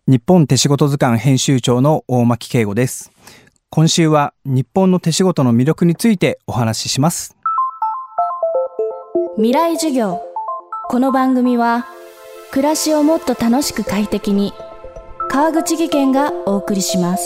日本手仕事図鑑編集長の大牧慶吾です。今週は日本の手仕事の魅力についてお話しします。 未来授業。この番組は暮らしをもっと楽しく快適に、川口義賢がお送りします。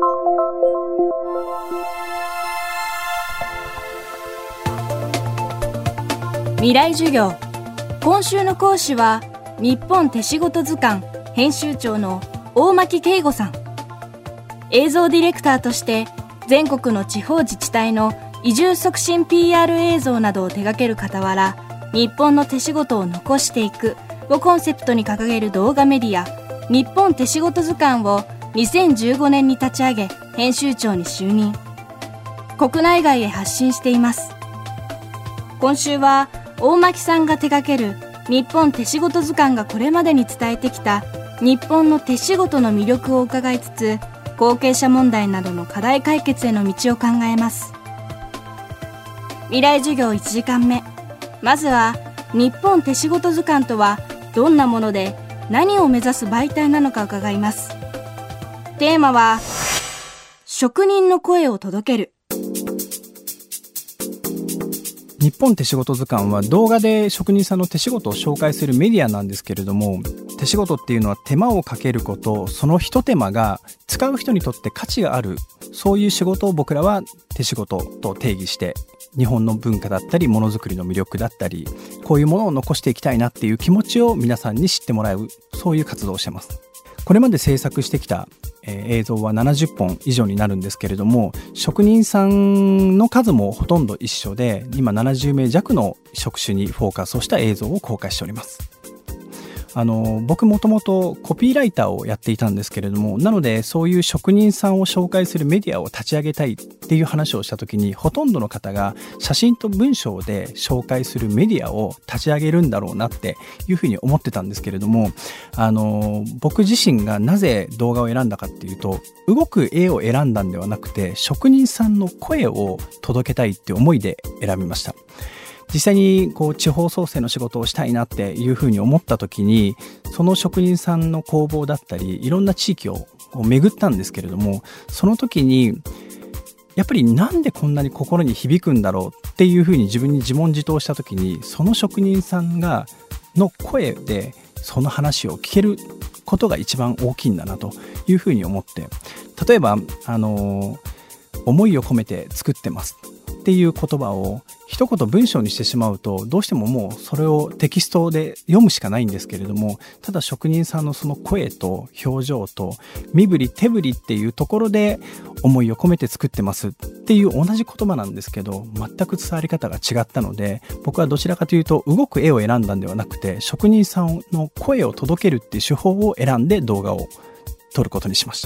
未来授業。今週の講師は日本手仕事図鑑編集長の大牧慶吾さん。映像ディレクターとして全国の地方自治体の移住促進 PR 映像などを手掛ける傍ら、日本の手仕事を残していくをコンセプトに掲げる動画メディア日本手仕事図鑑を2015年に立ち上げ、編集長に就任。国内外へ発信しています。今週は大牧さんが手掛ける日本手仕事図鑑がこれまでに伝えてきた日本の手仕事の魅力を伺いつつ、後継者問題などの課題解決への道を考えます。未来授業1時間目。まずは日本手仕事図鑑とはどんなもので何を目指す媒体なのか伺います。テーマは職人の声を届ける。 日本手仕事図鑑は動画で職人さんの手仕事を紹介するメディアなんですけれども、手仕事っていうのは手間をかけること、その一手間が使う人にとって価値がある、そういう仕事を僕らは手仕事と定義して、日本の文化だったりものづくりの魅力だったり、こういうものを残していきたいなっていう気持ちを皆さんに知ってもらう、そういう活動をしてます。これまで制作してきた映像は70本以上になるんですけれども、職人さんの数もほとんど一緒で、今70名弱の職種にフォーカスをした映像を公開しております。僕もともとコピーライターをやっていたんですけれども、なのでそういう職人さんを紹介するメディアを立ち上げたいっていう話をした時に、ほとんどの方が写真と文章で紹介するメディアを立ち上げるんだろうなっていうふうに思ってたんですけれども、僕自身がなぜ動画を選んだかっていうと、動く絵を選んだんではなくて、職人さんの声を届けたいって思いで選びました。実際に地方創生の仕事をしたいなっていうふうに思った時に、その職人さんの工房だったりいろんな地域を巡ったんですけれども、その時にやっぱりなんでこんなに心に響くんだろうっていうふうに自分に自問自答した時に、その職人さんの声でその話を聞けることが一番大きいんだなというふうに思って、例えば思いを込めて作ってますっていう言葉を一言文章にしてしまうと、どうしてももうそれをテキストで読むしかないんですけれども、ただ職人さんのその声と表情と身振り手振りっていうところで思いを込めて作ってますっていう同じ言葉なんですけど、全く伝わり方が違ったので、僕はどちらかというと動く絵を選んだんではなくて、職人さんの声を届けるっていう手法を選んで動画を撮ることにしました。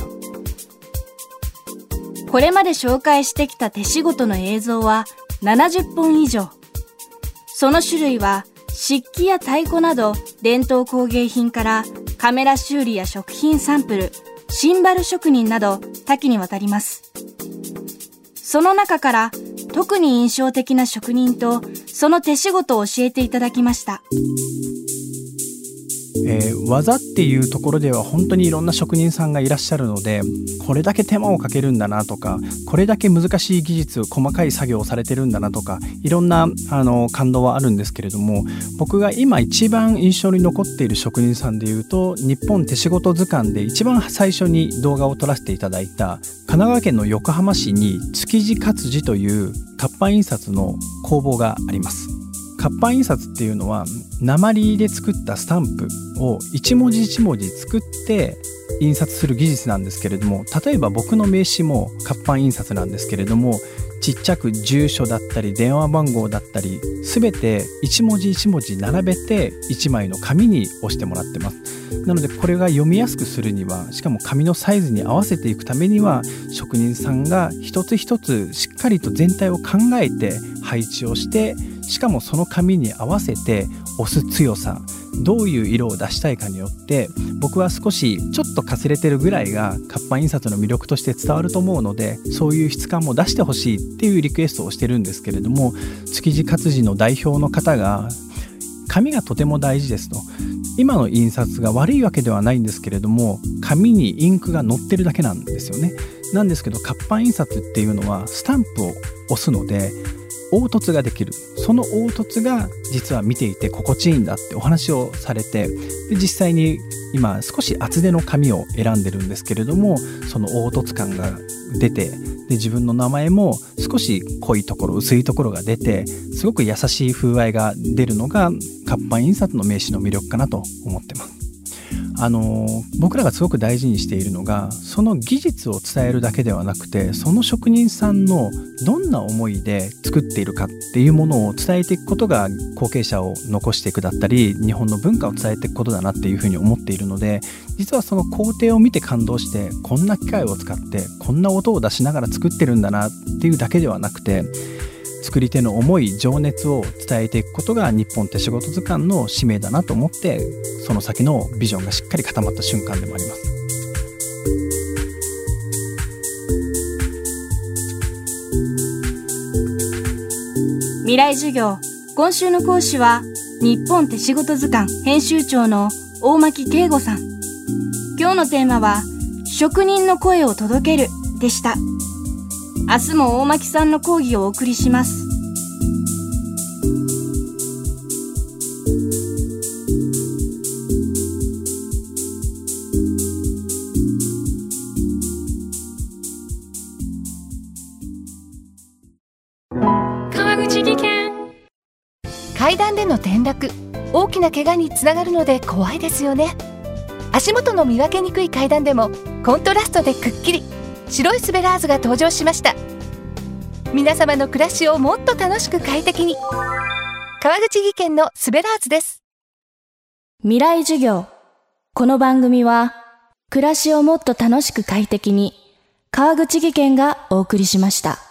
これまで紹介してきた手仕事の映像は70本以上。その種類は漆器や太鼓など伝統工芸品から、カメラ修理や食品サンプル、シンバル職人など多岐にわたります。その中から特に印象的な職人とその手仕事を教えていただきました。 技っていうところでは本当にいろんな職人さんがいらっしゃるので、これだけ手間をかけるんだなとか、これだけ難しい技術、細かい作業をされてるんだなとか、いろんな感動はあるんですけれども、僕が今一番印象に残っている職人さんでいうと、日本手仕事図鑑で一番最初に動画を撮らせていただいた神奈川県の横浜市に築地活字という活版印刷の工房があります。活版印刷っていうのは鉛で作ったスタンプを一文字一文字作って印刷する技術なんですけれども、例えば僕の名刺も活版印刷なんですけれども、ちっちゃく住所だったり電話番号だったり全て一文字一文字並べて一枚の紙に押してもらってます。なのでこれが読みやすくするには、しかも紙のサイズに合わせていくためには、職人さんが一つ一つしっかりと全体を考えて配置をして、しかもその紙に合わせて押す強さ、どういう色を出したいかによって、僕は少しちょっとかすれてるぐらいが活版印刷の魅力として伝わると思うので、そういう質感も出してほしいっていうリクエストをしてるんですけれども、築地活字の代表の方が紙がとても大事ですと。今の印刷が悪いわけではないんですけれども、紙にインクが乗ってるだけなんですよね。なんですけど活版印刷っていうのはスタンプを押すので凹凸ができる。その凹凸が実は見ていて心地いいんだってお話をされて、で実際に今少し厚手の紙を選んでるんですけれども、その凹凸感が出て、で自分の名前も少し濃いところ薄いところが出て、すごく優しい風合いが出るのが活版印刷の名刺の魅力かなと思ってます。僕らがすごく大事にしているのが、その技術を伝えるだけではなくて、その職人さんのどんな思いで作っているかっていうものを伝えていくことが後継者を残していくだったり、日本の文化を伝えていくことだなっていうふうに思っているので、実はその工程を見て感動して、こんな機械を使ってこんな音を出しながら作ってるんだなっていうだけではなくて、作り手の思い情熱を伝えていくことが日本手仕事図鑑の使命だなと思って、その先のビジョンがしっかり固まった瞬間でもあります。 未来授業、今週の講師は日本手仕事図鑑編集長の大巻慶吾さん。今日のテーマは職人の声を届けるでした。明日も大巻さんの講義をお送りします。 川口技研。階段での転落、大きな怪我につながるので怖いですよね。足元の見分けにくい階段でもコントラストでくっきり白いスベラーズが登場しました。皆様の暮らしをもっと楽しく快適に、川口技研のスベラーズです。 未来授業、この番組は暮らしをもっと楽しく快適に、川口技研がお送りしました。